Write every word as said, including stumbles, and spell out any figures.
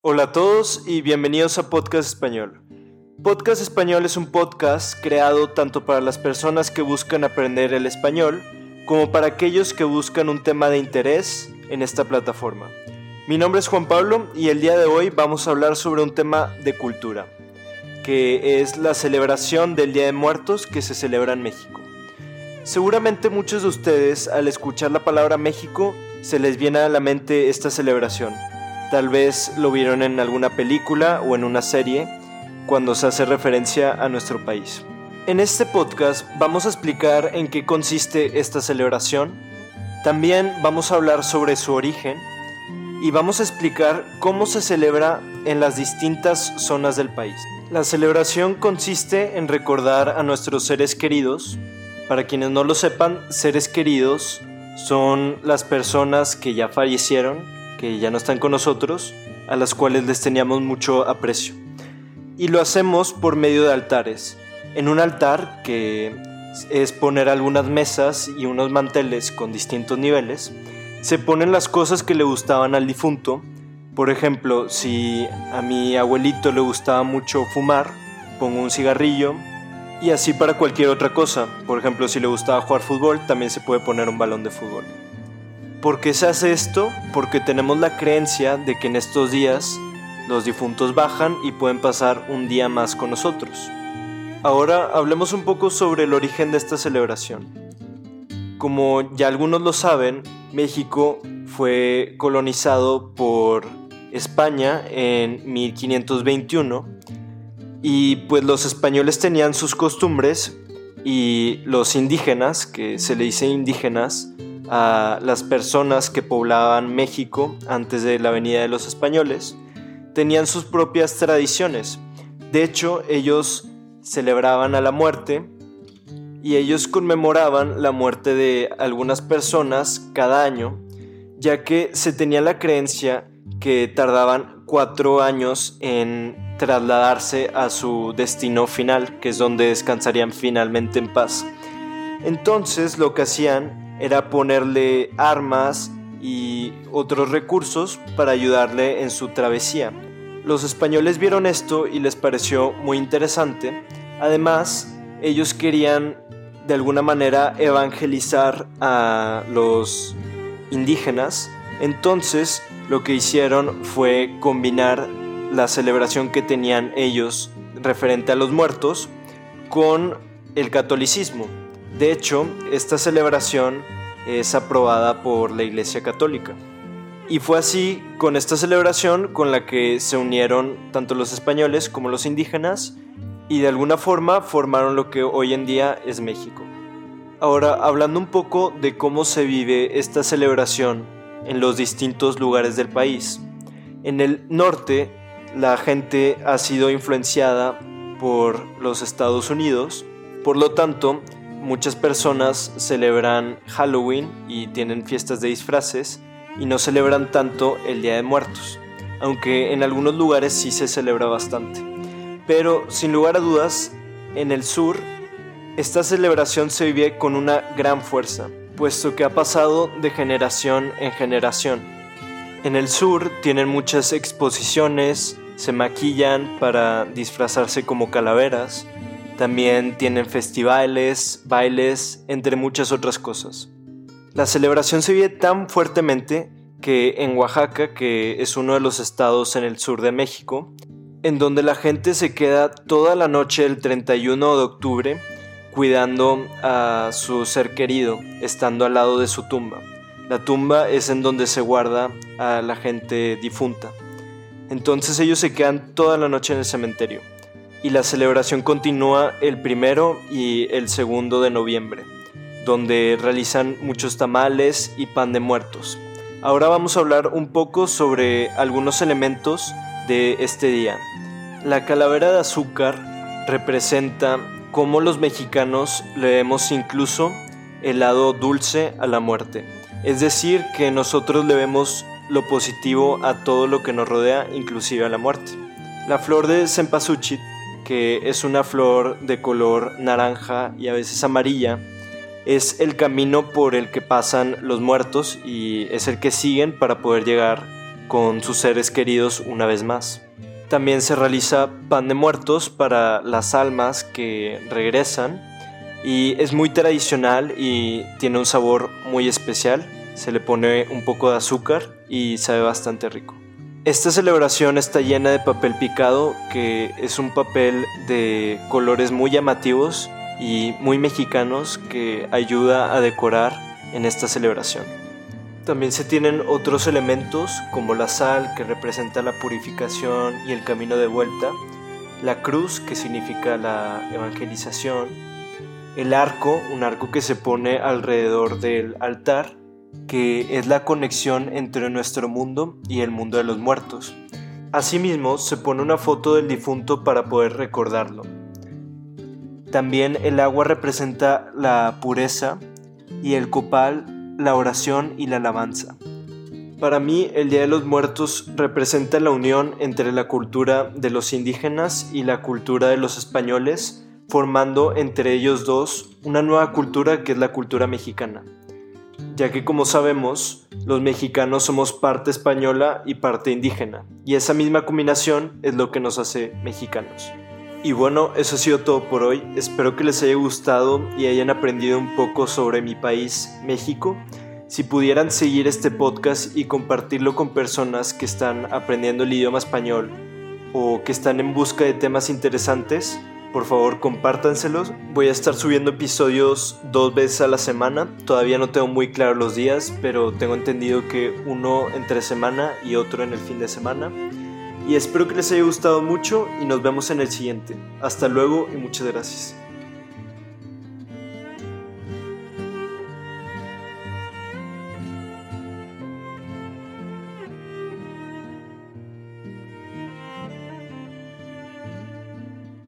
Hola a todos y bienvenidos a Podcast Español. Podcast Español es un podcast creado tanto para las personas que buscan aprender el español como para aquellos que buscan un tema de interés en esta plataforma. Mi nombre es Juan Pablo y el día de hoy vamos a hablar sobre un tema de cultura, que es la celebración del Día de Muertos que se celebra en México. Seguramente muchos de ustedes al escuchar la palabra México se les viene a la mente esta celebración. Tal vez lo vieron en alguna película o en una serie cuando se hace referencia a nuestro país. En este podcast vamos a explicar en qué consiste esta celebración. También vamos a hablar sobre su origen y vamos a explicar cómo se celebra en las distintas zonas del país. La celebración consiste en recordar a nuestros seres queridos. Para quienes no lo sepan, seres queridos son las personas que ya fallecieron, que ya no están con nosotros, a las cuales les teníamos mucho aprecio. Y lo hacemos por medio de altares. En un altar, que es poner algunas mesas y unos manteles con distintos niveles, se ponen las cosas que le gustaban al difunto. Por ejemplo, si a mi abuelito le gustaba mucho fumar, pongo un cigarrillo, y así para cualquier otra cosa. Por ejemplo, si le gustaba jugar fútbol, también se puede poner un balón de fútbol. ¿Por qué se hace esto? Porque tenemos la creencia de que en estos días los difuntos bajan y pueden pasar un día más con nosotros. Ahora hablemos un poco sobre el origen de esta celebración. Como ya algunos lo saben, México fue colonizado por España en mil quinientos veintiuno y pues los españoles tenían sus costumbres y los indígenas, que se le dice indígenas a las personas que poblaban México antes de la venida de los españoles, tenían sus propias tradiciones. De hecho, ellos celebraban a la muerte y ellos conmemoraban la muerte de algunas personas cada año, ya que se tenía la creencia que tardaban cuatro años en trasladarse a su destino final, que es donde descansarían finalmente en paz. Entonces lo que hacían era ponerle armas y otros recursos para ayudarle en su travesía. Los españoles vieron esto y les pareció muy interesante. Además, ellos querían de alguna manera evangelizar a los indígenas. Entonces, lo que hicieron fue combinar la celebración que tenían ellos referente a los muertos con el catolicismo. De hecho, esta celebración es aprobada por la Iglesia Católica. Y fue así con esta celebración con la que se unieron tanto los españoles como los indígenas y de alguna forma formaron lo que hoy en día es México. Ahora, hablando un poco de cómo se vive esta celebración en los distintos lugares del país. En el norte, la gente ha sido influenciada por los Estados Unidos, por lo tanto, muchas personas celebran Halloween y tienen fiestas de disfraces y no celebran tanto el Día de Muertos, aunque en algunos lugares sí se celebra bastante. Pero sin lugar a dudas, en el sur, esta celebración se vive con una gran fuerza, puesto que ha pasado de generación en generación. En el sur tienen muchas exposiciones, se maquillan para disfrazarse como calaveras. También tienen festivales, bailes, entre muchas otras cosas. La celebración se vive tan fuertemente que en Oaxaca, que es uno de los estados en el sur de México, en donde la gente se queda toda la noche del treinta y uno de octubre cuidando a su ser querido, estando al lado de su tumba. La tumba es en donde se guarda a la gente difunta. Entonces ellos se quedan toda la noche en el cementerio. Y la celebración continúa el primero y el segundo de noviembre, donde realizan muchos tamales y pan de muertos. Ahora vamos a hablar un poco sobre algunos elementos de este día. La calavera de azúcar representa cómo los mexicanos le vemos incluso el lado dulce a la muerte. Es decir, que nosotros le vemos lo positivo a todo lo que nos rodea, inclusive a la muerte. La flor de cempasúchil, que es una flor de color naranja y a veces amarilla, es el camino por el que pasan los muertos y es el que siguen para poder llegar con sus seres queridos una vez más. También se realiza pan de muertos para las almas que regresan y es muy tradicional y tiene un sabor muy especial. Se le pone un poco de azúcar y sabe bastante rico. Esta celebración está llena de papel picado, que es un papel de colores muy llamativos y muy mexicanos que ayuda a decorar en esta celebración. También se tienen otros elementos como la sal, que representa la purificación y el camino de vuelta, la cruz, que significa la evangelización, el arco, un arco que se pone alrededor del altar, que es la conexión entre nuestro mundo y el mundo de los muertos. Asimismo, se pone una foto del difunto para poder recordarlo. También el agua representa la pureza y el copal la oración y la alabanza. Para mí, el Día de los Muertos representa la unión entre la cultura de los indígenas y la cultura de los españoles, formando entre ellos dos una nueva cultura que es la cultura mexicana, ya que, como sabemos, los mexicanos somos parte española y parte indígena, y esa misma combinación es lo que nos hace mexicanos. Y bueno, eso ha sido todo por hoy. Espero que les haya gustado y hayan aprendido un poco sobre mi país, México. Si pudieran seguir este podcast y compartirlo con personas que están aprendiendo el idioma español o que están en busca de temas interesantes, por favor compártanselos. Voy a estar subiendo episodios dos veces a la semana. Todavía no tengo muy claro los días, pero tengo entendido que uno entre semana y otro en el fin de semana. Y espero que les haya gustado mucho y nos vemos en el siguiente. Hasta luego y muchas gracias.